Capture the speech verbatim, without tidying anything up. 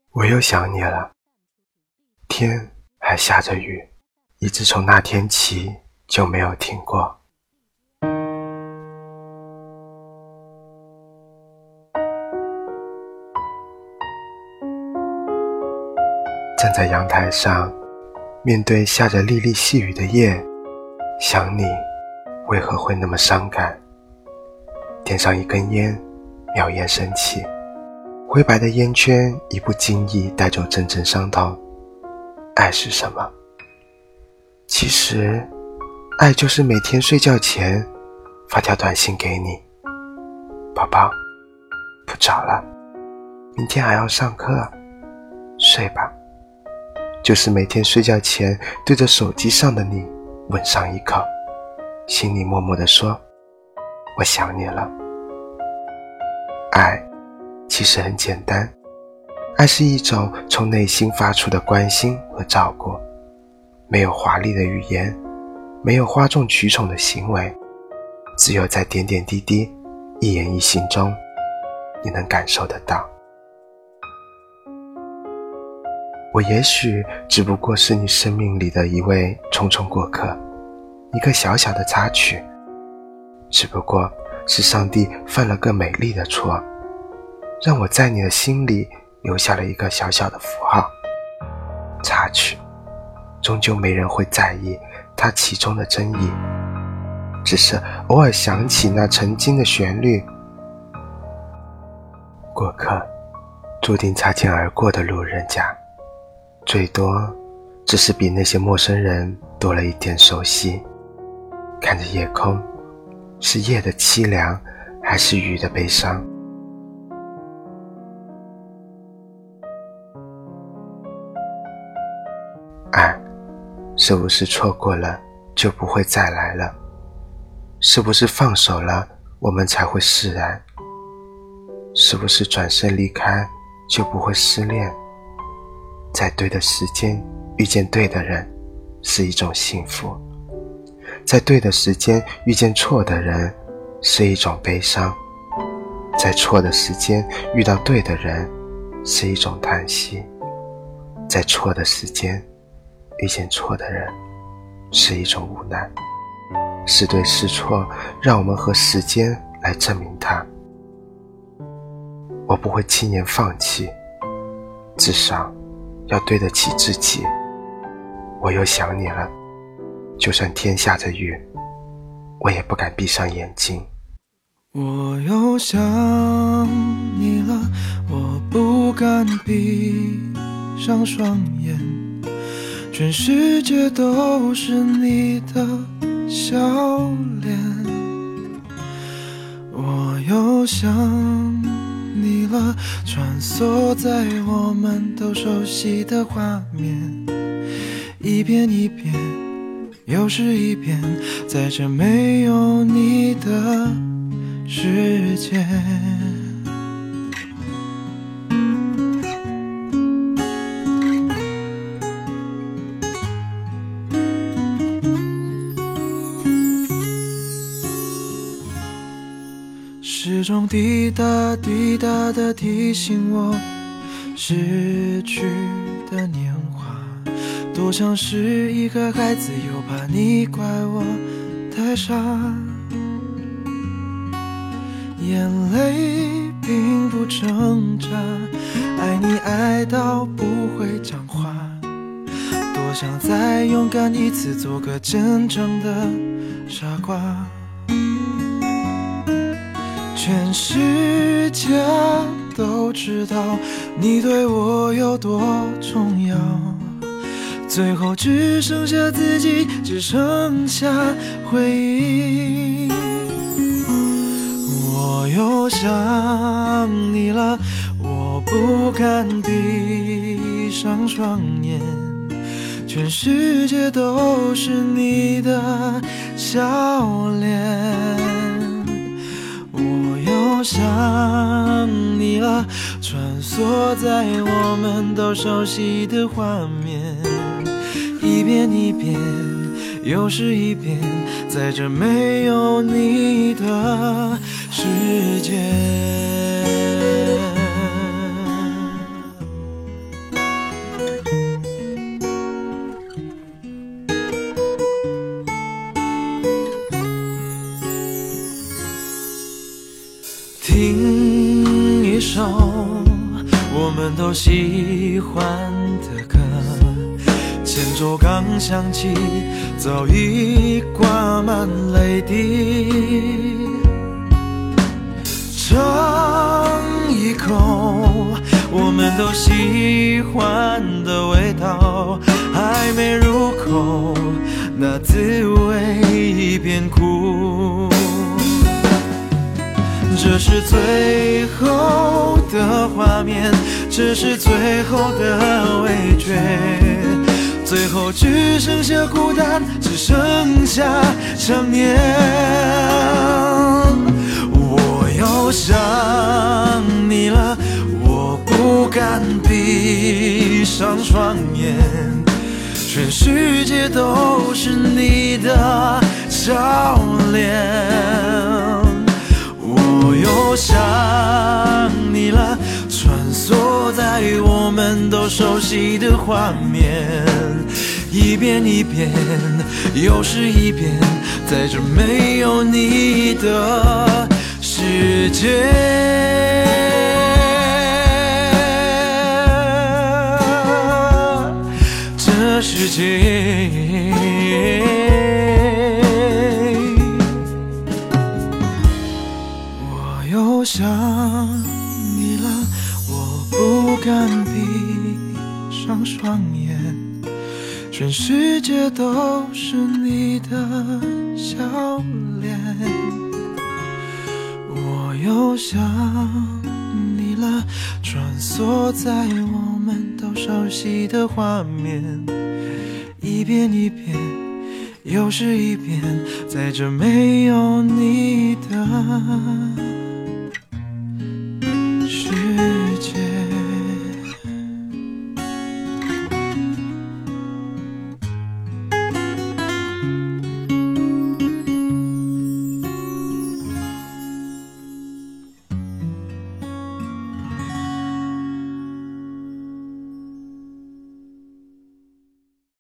我又想你了，天还下着雨，一直从那天起就没有停过。站在阳台上，面对下着沥沥细雨的夜，想你为何会那么伤感？点上一根烟，妙烟升起，灰白的烟圈一不经意带走阵阵伤痛。爱是什么？其实爱就是每天睡觉前发条短信给你，宝宝不早了，明天还要上课，睡吧。就是每天睡觉前对着手机上的你吻上一口，心里默默地说我想你了。爱其实很简单，爱是一种从内心发出的关心和照顾，没有华丽的语言，没有哗众取宠的行为，只有在点点滴滴一言一行中你能感受得到。我也许只不过是你生命里的一位匆匆过客，一个小小的插曲，只不过是上帝犯了个美丽的错，让我在你的心里留下了一个小小的符号。插曲终究没人会在意它其中的真意，只是偶尔想起那曾经的旋律。过客注定擦肩而过的路人甲，最多只是比那些陌生人多了一点熟悉。看着夜空，是夜的凄凉，还是雨的悲伤？爱是不是错过了就不会再来了？是不是放手了我们才会释然？是不是转身离开就不会失恋？在对的时间遇见对的人是一种幸福，在对的时间遇见错的人是一种悲伤，在错的时间遇到对的人是一种叹息，在错的时间遇见错的人是一种无奈。是对是错，让我们和时间来证明它。我不会轻言放弃，至少要对得起自己。我又想你了，就算天下着雨，我也不敢闭上眼睛。 我又想你了，我不敢闭上双眼，全世界都是你的笑脸。我又想你了，穿梭在我们都熟悉的画面，一遍一遍又是一遍，在这没有你的世界。时钟滴答滴答地提醒我逝去的年华，多像是一个孩子，又怕你怪我太傻。眼泪并不挣扎，爱你爱到不会讲话，多想再勇敢一次，做个真正的傻瓜。全世界都知道你对我有多重要，最后只剩下自己，只剩下回忆。我又想你了，我不敢闭上双眼，全世界都是你的笑脸。我想你了，穿梭在我们都熟悉的画面，一遍一遍又是一遍，在这没有你的世界。 我们都喜欢的歌，前奏刚响起，早已挂满泪滴。尝一口我们都喜欢的味道，还没入口，那滋味已变苦。这是最后的画面，这是最后的味觉，最后只剩下孤单，只剩下想念。我又想你了，我不敢闭上双眼，全世界都是你的笑脸。我又想你了，穿梭在我们都熟悉的画面，一遍一遍，又是一遍，在这没有你的世界。这世界我想你了，我不敢闭上双眼，全世界都是你的笑脸。我又想你了，穿梭在我们都熟悉的画面，一遍一遍，又是一遍，在这没有你的